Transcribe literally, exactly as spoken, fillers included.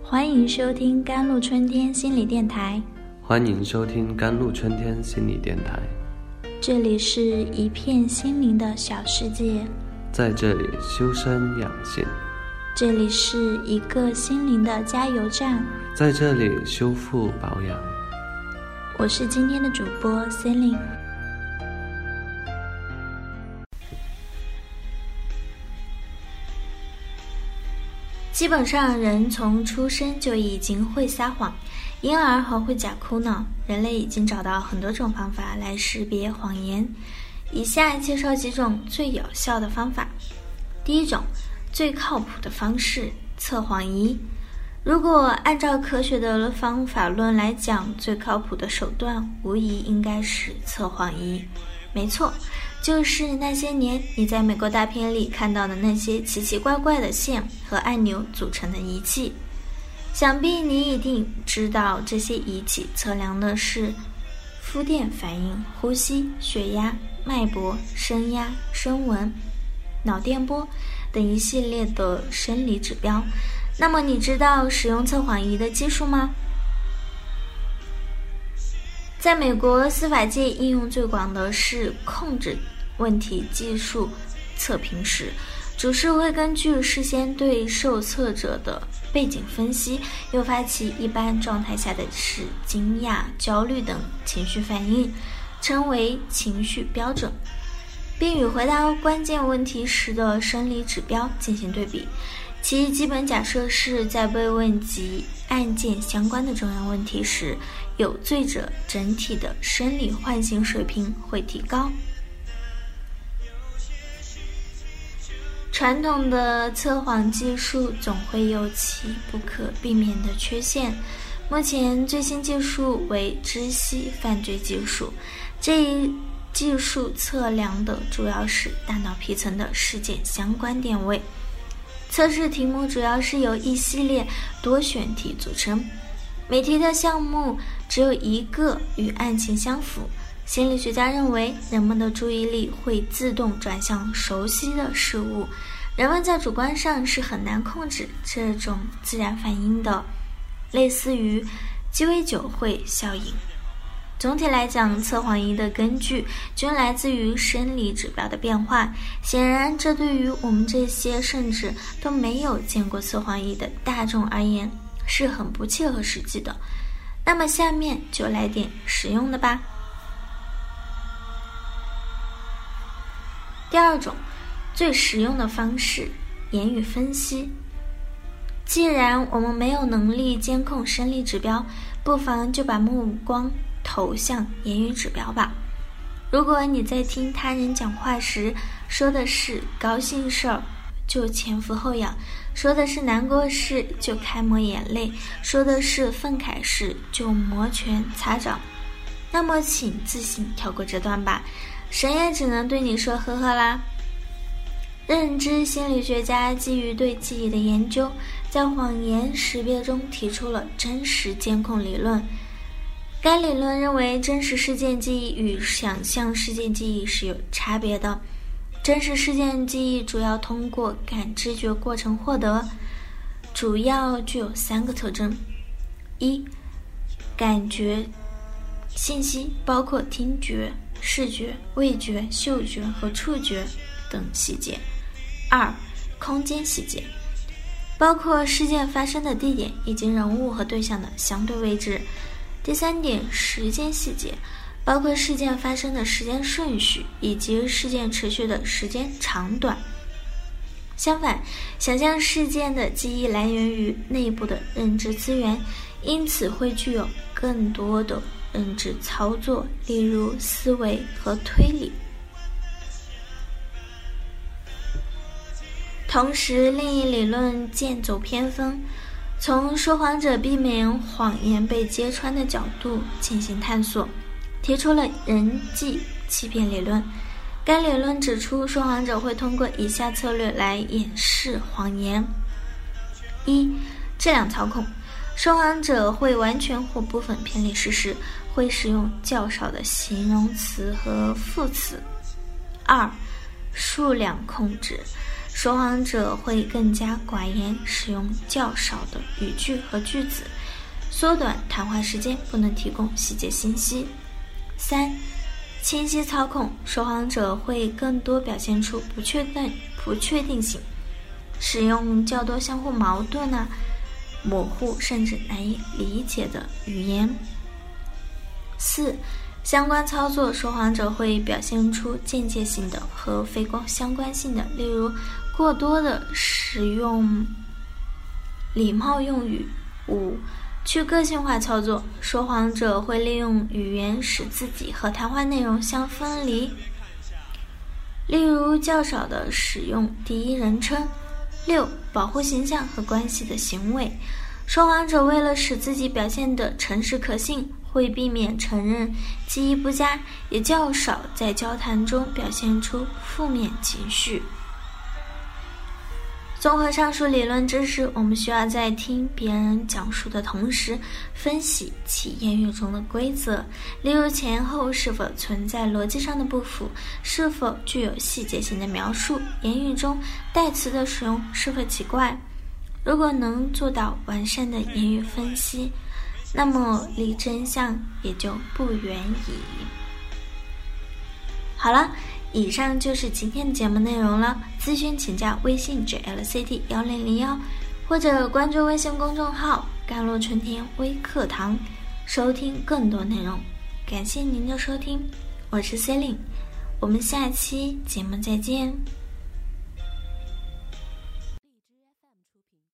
欢迎收听甘露春天心理电台。 欢迎收听甘露春天心理电台。 这里是一片心灵的小世界， 在这里修身养性。 这里是一个心灵的加油站， 在这里修复保养。 我是今天的主播 Celine。基本上人从出生就已经会撒谎，婴儿还会假哭呢。人类已经找到很多种方法来识别谎言，以下介绍几种最有效的方法。第一种，最靠谱的方式，测谎仪。如果按照科学的方法论来讲，最靠谱的手段无疑应该是测谎仪。没错，就是那些年你在美国大片里看到的那些奇奇怪怪的线和按钮组成的仪器。想必你一定知道，这些仪器测量的是肤电反应、呼吸、血压、脉搏、声压、声纹、脑电波等一系列的生理指标。那么你知道使用测谎仪的技术吗？在美国司法界应用最广的是控制问题技术测评时，主事会根据事先对受测者的背景分析，诱发其一般状态下的是惊讶、焦虑等情绪反应，称为情绪标准，并与回答关键问题时的生理指标进行对比。其基本假设是在被问及案件相关的重要问题时，有罪者整体的生理唤醒水平会提高。传统的测谎技术总会有其不可避免的缺陷。目前最新技术为知悉犯罪技术，这一技术测量的主要是大脑皮层的事件相关点位。测试题目主要是由一系列多选题组成，每题的项目只有一个与案情相符。心理学家认为，人们的注意力会自动转向熟悉的事物，人们在主观上是很难控制这种自然反应的，类似于鸡尾酒会效应。总体来讲，测谎仪的根据均来自于生理指标的变化。显然，这对于我们这些甚至都没有见过测谎仪的大众而言是很不切合实际的。那么下面就来点实用的吧。第二种，最实用的方式，言语分析。既然我们没有能力监控生理指标，不妨就把目光投向言语指标吧。如果你在听他人讲话时说的是高兴事儿，就前俯后仰；说的是难过事，就开抹眼泪；说的是愤慨事，就摩拳擦掌。那么请自行跳过这段吧，谁也只能对你说呵呵啦。认知心理学家基于对记忆的研究，在谎言识别中提出了真实监控理论。该理论认为，真实事件记忆与想象事件记忆是有差别的。真实事件记忆主要通过感知觉过程获得，主要具有三个特征：一、感觉信息包括听觉、视觉、味觉、嗅觉和触觉等细节；二、空间细节，包括事件发生的地点以及人物和对象的相对位置；第三点，时间细节，包括事件发生的时间顺序以及事件持续的时间长短。相反，想象事件的记忆来源于内部的认知资源，因此会具有更多的认知操作，例如思维和推理。同时，另一理论剑走偏锋，从说谎者避免谎言被揭穿的角度进行探索，提出了人际欺骗理论。该理论指出，说谎者会通过以下策略来掩饰谎言：一、质量操控，说谎者会完全或部分偏离事实，会使用较少的形容词和副词；二、数量控制， 说谎者会更加寡言，使用较少的语句和句子，缩短谈话时间，不能提供细节信息。三、清晰操控，说谎者会更多表现出不确定不确定性，使用较多相互矛盾啊、模糊甚至难以理解的语言。四、相关操作，说谎者会表现出间接性的和非相关性的，例如过多的使用礼貌用语。五、去个性化操作，说谎者会利用语言使自己和谈话内容相分离，例如较少的使用第一人称。六、保护形象和关系的行为，说谎者为了使自己表现得诚实可信，会避免承认记忆不佳，也较少在交谈中表现出负面情绪。综合上述理论知识，我们需要在听别人讲述的同时，分析其言语中的规则，例如前后是否存在逻辑上的不符，是否具有细节性的描述，言语中代词的使用是否奇怪。如果能做到完善的言语分析，那么离真相也就不远矣。好了，以上就是今天的节目内容了。咨询请加微信 J L C T 一零零一，或者关注微信公众号甘露春天微课堂，收听更多内容。感谢您的收听，我是 Celine， 我们下期节目再见。